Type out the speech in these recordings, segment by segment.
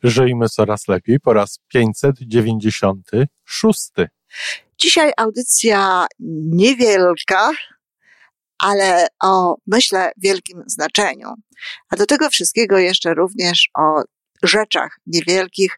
Żyjmy coraz lepiej po raz 596. Dzisiaj audycja niewielka, ale o, myślę, wielkim znaczeniu. A do tego wszystkiego jeszcze również o rzeczach niewielkich.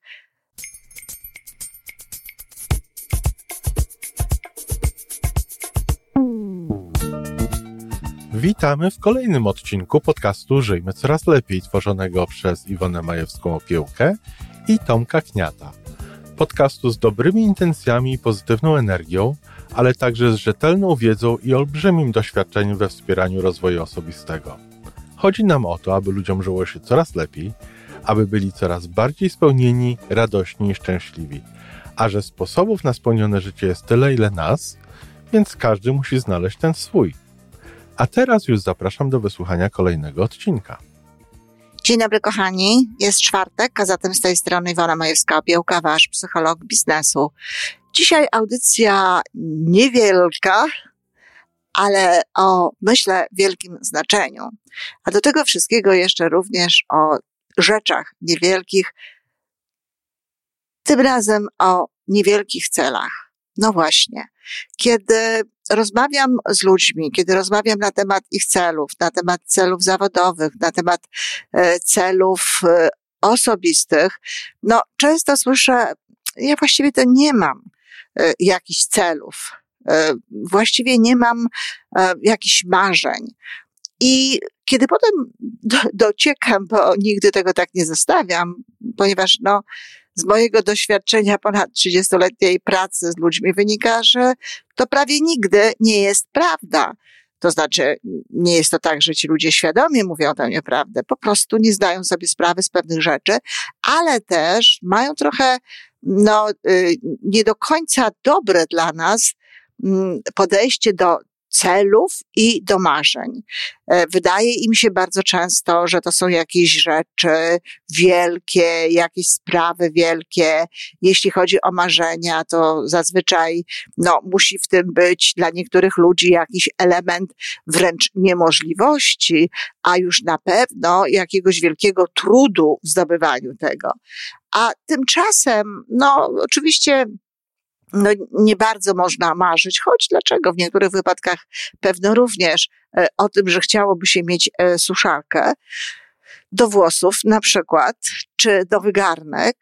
Witamy w kolejnym odcinku podcastu Żyjmy Coraz Lepiej, tworzonego przez Iwonę Majewską-Opiełkę i Tomka Kniata. Podcastu z dobrymi intencjami i pozytywną energią, ale także z rzetelną wiedzą i olbrzymim doświadczeniem we wspieraniu rozwoju osobistego. Chodzi nam o to, aby ludziom żyło się coraz lepiej, aby byli coraz bardziej spełnieni, radośni i szczęśliwi. A że sposobów na spełnione życie jest tyle, ile nas, więc każdy musi znaleźć ten swój. A teraz już zapraszam do wysłuchania kolejnego odcinka. Dzień dobry, kochani. Jest czwartek, a zatem z tej strony Iwona Majewska-Opiełka, wasz psycholog biznesu. Dzisiaj audycja niewielka, ale o, myślę, wielkim znaczeniu. A do tego wszystkiego jeszcze również o rzeczach niewielkich, tym razem o niewielkich celach. No właśnie, kiedy rozmawiam z ludźmi, kiedy rozmawiam na temat ich celów, na temat celów zawodowych, na temat celów osobistych, no często słyszę, ja właściwie to nie mam jakichś celów, właściwie nie mam jakichś marzeń. I kiedy potem dociekam, bo nigdy tego tak nie zostawiam, ponieważ z mojego doświadczenia ponad 30-letniej pracy z ludźmi wynika, że to prawie nigdy nie jest prawda. To znaczy, nie jest to tak, że ci ludzie świadomie mówią tę nieprawdę, po prostu nie zdają sobie sprawy z pewnych rzeczy, ale też mają trochę, nie do końca dobre dla nas podejście do celów i do marzeń. Wydaje im się bardzo często, że to są jakieś rzeczy wielkie, jakieś sprawy wielkie. Jeśli chodzi o marzenia, to zazwyczaj musi w tym być dla niektórych ludzi jakiś element wręcz niemożliwości, a już na pewno jakiegoś wielkiego trudu w zdobywaniu tego. A tymczasem, oczywiście nie bardzo można marzyć, choć dlaczego? W niektórych wypadkach pewno również o tym, że chciałoby się mieć suszarkę do włosów na przykład, czy nowy garnek,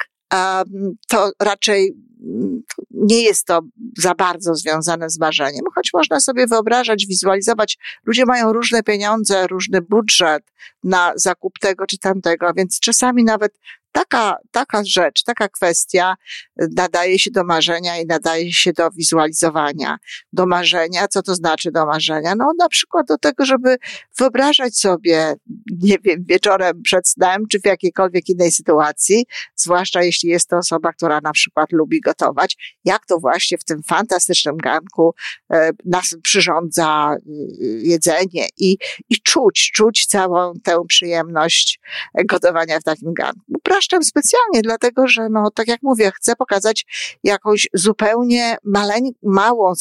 to raczej nie jest to za bardzo związane z marzeniem, choć można sobie wyobrażać, wizualizować. Ludzie mają różne pieniądze, różny budżet na zakup tego czy tamtego, więc czasami nawet taka rzecz, taka kwestia nadaje się do marzenia i nadaje się do wizualizowania. Do marzenia, co to znaczy do marzenia? Na przykład do tego, żeby wyobrażać sobie, nie wiem, wieczorem przed snem, czy w jakiejkolwiek innej sytuacji, zwłaszcza jeśli jest to osoba, która na przykład lubi gotować, jak to właśnie w tym fantastycznym garnku nas przyrządza jedzenie i czuć całą tę przyjemność gotowania w takim garnku. Upraszczam specjalnie, dlatego że, tak jak mówię, chcę pokazać jakąś zupełnie małą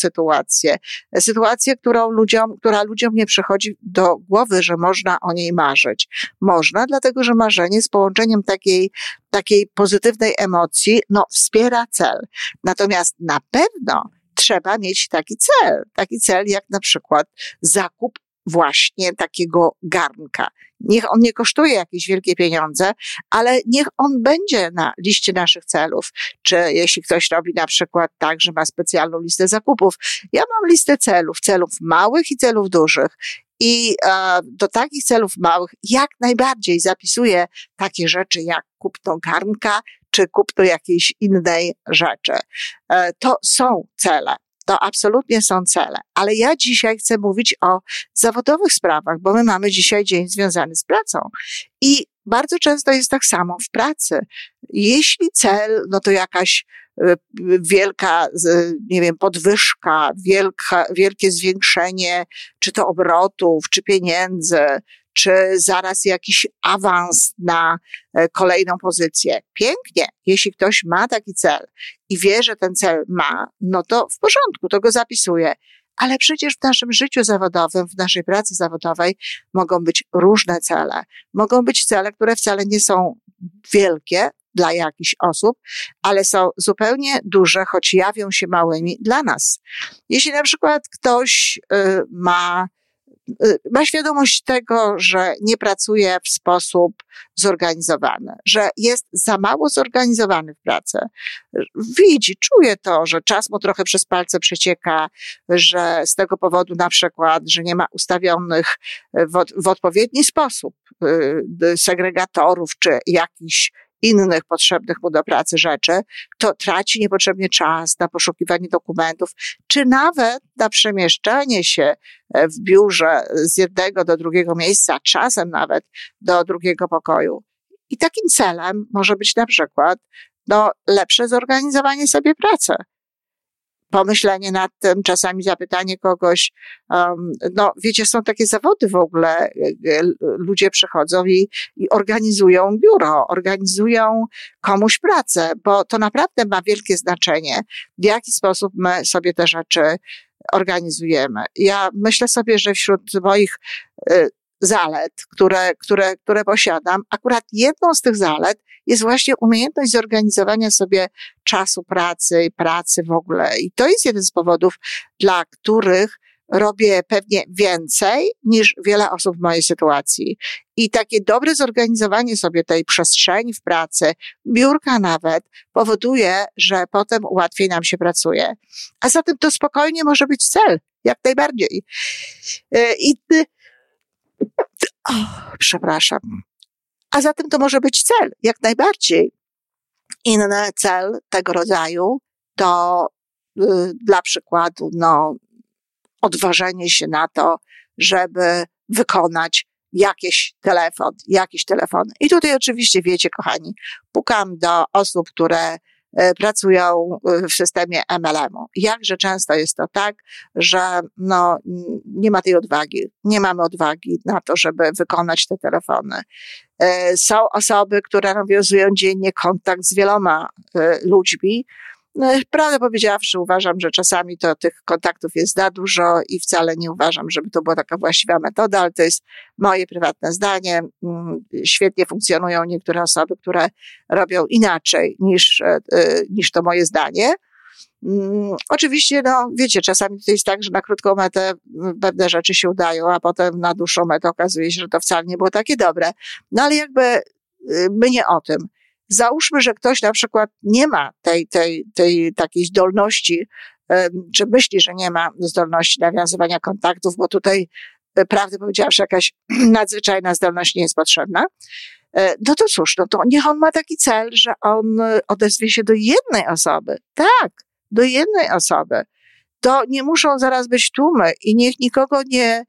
sytuację, która ludziom nie przychodzi do głowy, że można o niej marzyć. Można, dlatego że marzenie z połączeniem takiej pozytywnej emocji, wspiera cel. Natomiast na pewno trzeba mieć taki cel jak na przykład zakup właśnie takiego garnka. Niech on nie kosztuje jakieś wielkie pieniądze, ale niech on będzie na liście naszych celów. Czy jeśli ktoś robi na przykład tak, że ma specjalną listę zakupów. Ja mam listę celów małych i celów dużych. I do takich celów małych jak najbardziej zapisuję takie rzeczy jak kupno garnka, czy kupno jakiejś innej rzeczy. To są cele. To absolutnie są cele. Ale ja dzisiaj chcę mówić o zawodowych sprawach, bo my mamy dzisiaj dzień związany z pracą. I bardzo często jest tak samo w pracy. Jeśli cel, to jakaś wielka, nie wiem, podwyżka, wielkie zwiększenie, czy to obrotów, czy pieniędzy, czy zaraz jakiś awans na kolejną pozycję. Pięknie, jeśli ktoś ma taki cel i wie, że ten cel ma, to w porządku, to go zapisuje. Ale przecież w naszym życiu zawodowym, w naszej pracy zawodowej mogą być różne cele. Mogą być cele, które wcale nie są wielkie, dla jakichś osób, ale są zupełnie duże, choć jawią się małymi dla nas. Jeśli na przykład ktoś ma świadomość tego, że nie pracuje w sposób zorganizowany, że jest za mało zorganizowany w pracy. Widzi, czuje to, że czas mu trochę przez palce przecieka, że z tego powodu na przykład, że nie ma ustawionych w odpowiedni sposób segregatorów czy jakichś innych potrzebnych mu do pracy rzeczy, to traci niepotrzebnie czas na poszukiwanie dokumentów, czy nawet na przemieszczanie się w biurze z jednego do drugiego miejsca, czasem nawet do drugiego pokoju. I takim celem może być na przykład lepsze zorganizowanie sobie pracy. Pomyślenie nad tym, czasami zapytanie kogoś, wiecie, są takie zawody w ogóle, ludzie przychodzą i organizują biuro, organizują komuś pracę, bo to naprawdę ma wielkie znaczenie, w jaki sposób my sobie te rzeczy organizujemy. Ja myślę sobie, że wśród moich zalet, które posiadam, akurat jedną z tych zalet jest właśnie umiejętność zorganizowania sobie czasu pracy i pracy w ogóle. I to jest jeden z powodów, dla których robię pewnie więcej niż wiele osób w mojej sytuacji. I takie dobre zorganizowanie sobie tej przestrzeni w pracy, biurka nawet, powoduje, że potem łatwiej nam się pracuje. A zatem to spokojnie może być cel, jak najbardziej. Przepraszam. A zatem to może być cel, jak najbardziej. Inny cel tego rodzaju to dla przykładu odważenie się na to, żeby wykonać jakiś telefon. I tutaj oczywiście wiecie, kochani, pukam do osób, które pracują w systemie MLM-u. Jakże często jest to tak, że nie ma tej odwagi. Nie mamy odwagi na to, żeby wykonać te telefony. Są osoby, które nawiązują dziennie kontakt z wieloma ludźmi. Prawdę powiedziawszy, uważam, że czasami to tych kontaktów jest za dużo i wcale nie uważam, żeby to była taka właściwa metoda, ale to jest moje prywatne zdanie. Świetnie funkcjonują niektóre osoby, które robią inaczej niż to moje zdanie. Oczywiście, wiecie, czasami to jest tak, że na krótką metę pewne rzeczy się udają, a potem na dłuższą metę okazuje się, że to wcale nie było takie dobre. Ale jakby my nie o tym. Załóżmy, że ktoś na przykład nie ma tej takiej zdolności, czy myśli, że nie ma zdolności nawiązywania kontaktów, bo tutaj, prawdę powiedziawszy, jakaś nadzwyczajna zdolność nie jest potrzebna. No to cóż, to niech on ma taki cel, że on odezwie się do jednej osoby. Tak, do jednej osoby. To nie muszą zaraz być tłumy i niech nikogo nie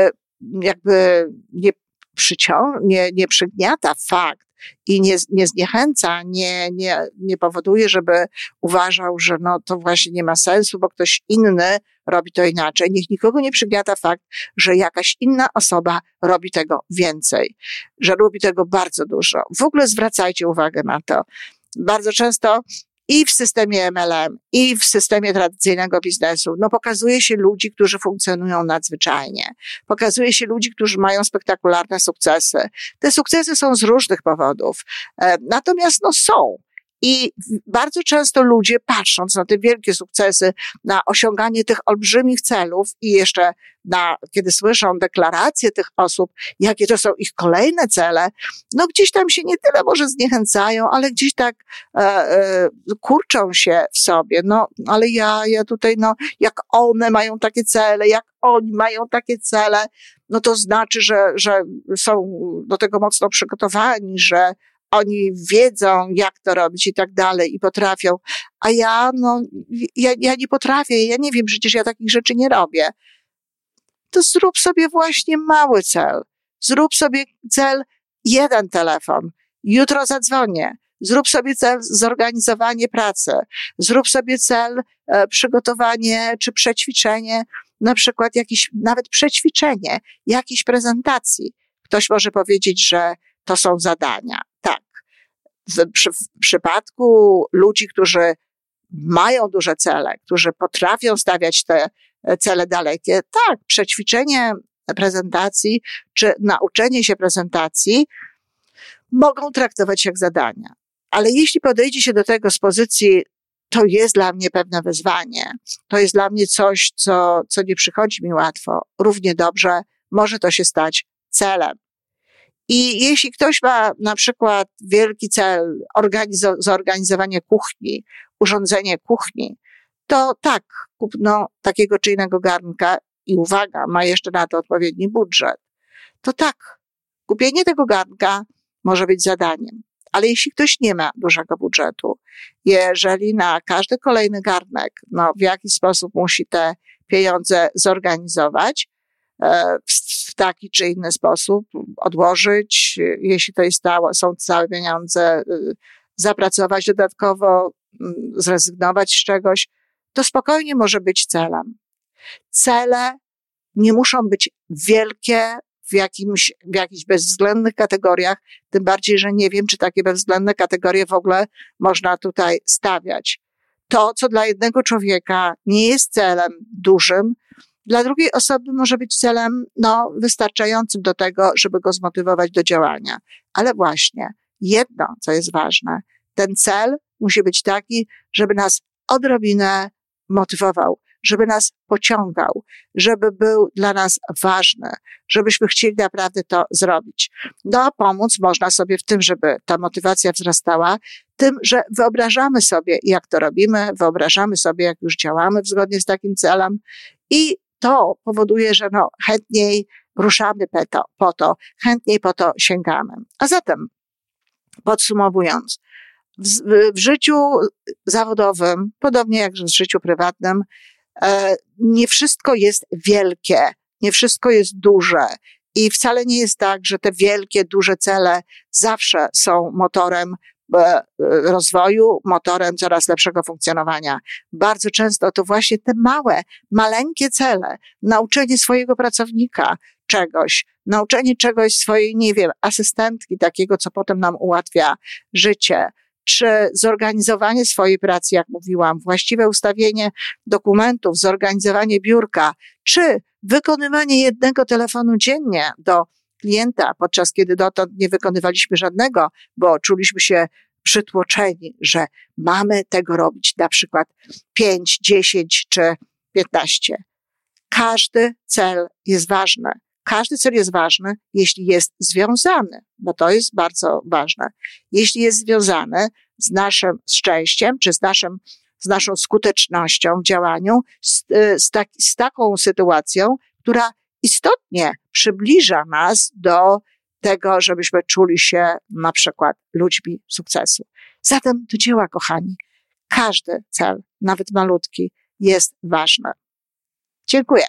przygniata fakt i nie zniechęca, nie powoduje, żeby uważał, że to właśnie nie ma sensu, bo ktoś inny robi to inaczej. Niech nikogo nie przygniata fakt, że jakaś inna osoba robi tego więcej, że robi tego bardzo dużo. W ogóle zwracajcie uwagę na to. Bardzo często i w systemie MLM, i w systemie tradycyjnego biznesu, pokazuje się ludzi, którzy funkcjonują nadzwyczajnie. Pokazuje się ludzi, którzy mają spektakularne sukcesy. Te sukcesy są z różnych powodów. Natomiast są. I bardzo często ludzie, patrząc na te wielkie sukcesy, na osiąganie tych olbrzymich celów i jeszcze kiedy słyszą deklaracje tych osób, jakie to są ich kolejne cele, gdzieś tam się nie tyle może zniechęcają, ale gdzieś tak kurczą się w sobie. Ale ja tutaj, jak one mają takie cele, jak oni mają takie cele, to znaczy, że są do tego mocno przygotowani, że oni wiedzą, jak to robić i tak dalej i potrafią, a ja nie potrafię, ja nie wiem, przecież ja takich rzeczy nie robię. To zrób sobie właśnie mały cel. Zrób sobie cel jeden telefon. Jutro zadzwonię. Zrób sobie cel zorganizowanie pracy. Zrób sobie cel przygotowanie czy przećwiczenie, na przykład nawet przećwiczenie jakiejś prezentacji. Ktoś może powiedzieć, że to są zadania. Tak. W przypadku ludzi, którzy mają duże cele, którzy potrafią stawiać te cele dalekie, tak, przećwiczenie prezentacji czy nauczenie się prezentacji mogą traktować jak zadania. Ale jeśli podejdzie się do tego z pozycji, to jest dla mnie pewne wyzwanie, to jest dla mnie coś, co nie przychodzi mi łatwo, równie dobrze może to się stać celem. I jeśli ktoś ma na przykład wielki cel zorganizowanie kuchni, urządzenie kuchni, to tak, kupno takiego czy innego garnka i uwaga, ma jeszcze na to odpowiedni budżet, to tak, kupienie tego garnka może być zadaniem. Ale jeśli ktoś nie ma dużego budżetu, jeżeli na każdy kolejny garnek, w jakiś sposób musi te pieniądze zorganizować, w taki czy inny sposób odłożyć, jeśli to są całe pieniądze, zapracować dodatkowo, zrezygnować z czegoś, to spokojnie może być celem. Cele nie muszą być wielkie w jakichś bezwzględnych kategoriach, tym bardziej, że nie wiem, czy takie bezwzględne kategorie w ogóle można tutaj stawiać. To, co dla jednego człowieka nie jest celem dużym, dla drugiej osoby może być celem, wystarczającym do tego, żeby go zmotywować do działania. Ale właśnie, jedno, co jest ważne, ten cel musi być taki, żeby nas odrobinę motywował, żeby nas pociągał, żeby był dla nas ważny, żebyśmy chcieli naprawdę to zrobić. Pomóc można sobie w tym, żeby ta motywacja wzrastała, tym, że wyobrażamy sobie, jak to robimy, wyobrażamy sobie, jak już działamy zgodnie z takim celem i to powoduje, że chętniej ruszamy po to, chętniej po to sięgamy. A zatem, podsumowując, w życiu zawodowym, podobnie jak w życiu prywatnym, nie wszystko jest wielkie, nie wszystko jest duże i wcale nie jest tak, że te wielkie, duże cele zawsze są motorem rozwoju, motorem coraz lepszego funkcjonowania. Bardzo często to właśnie te maleńkie cele, nauczenie swojego pracownika czegoś, nauczenie czegoś swojej, asystentki, takiego, co potem nam ułatwia życie, czy zorganizowanie swojej pracy, jak mówiłam, właściwe ustawienie dokumentów, zorganizowanie biurka, czy wykonywanie jednego telefonu dziennie do klienta, podczas kiedy dotąd nie wykonywaliśmy żadnego, bo czuliśmy się przytłoczeni, że mamy tego robić na przykład 5, 10 czy 15. Każdy cel jest ważny. Każdy cel jest ważny, jeśli jest związany, bo to jest bardzo ważne. Jeśli jest związany z naszym szczęściem, czy z naszą skutecznością w działaniu, z taką sytuacją, która istotnie przybliża nas do tego, żebyśmy czuli się na przykład ludźmi sukcesu. Zatem do dzieła, kochani. Każdy cel, nawet malutki, jest ważny. Dziękuję.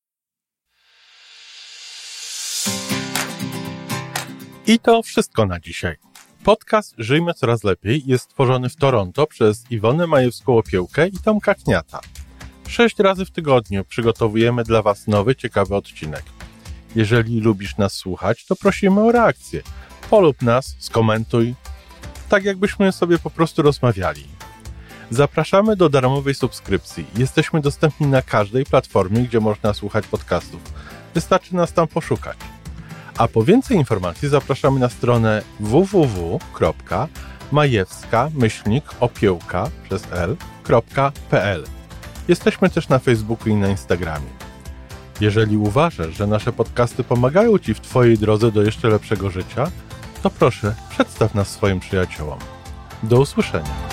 I to wszystko na dzisiaj. Podcast Żyjmy Coraz Lepiej jest stworzony w Toronto przez Iwonę Majewską-Opiełkę i Tomka Kniata. 6 razy w tygodniu przygotowujemy dla Was nowy, ciekawy odcinek. Jeżeli lubisz nas słuchać, to prosimy o reakcję. Polub nas, skomentuj, tak jakbyśmy sobie po prostu rozmawiali. Zapraszamy do darmowej subskrypcji. Jesteśmy dostępni na każdej platformie, gdzie można słuchać podcastów. Wystarczy nas tam poszukać. A po więcej informacji zapraszamy na stronę www.majewska-opiełka.pl. Jesteśmy też na Facebooku i na Instagramie. Jeżeli uważasz, że nasze podcasty pomagają Ci w Twojej drodze do jeszcze lepszego życia, to proszę, przedstaw nas swoim przyjaciołom. Do usłyszenia.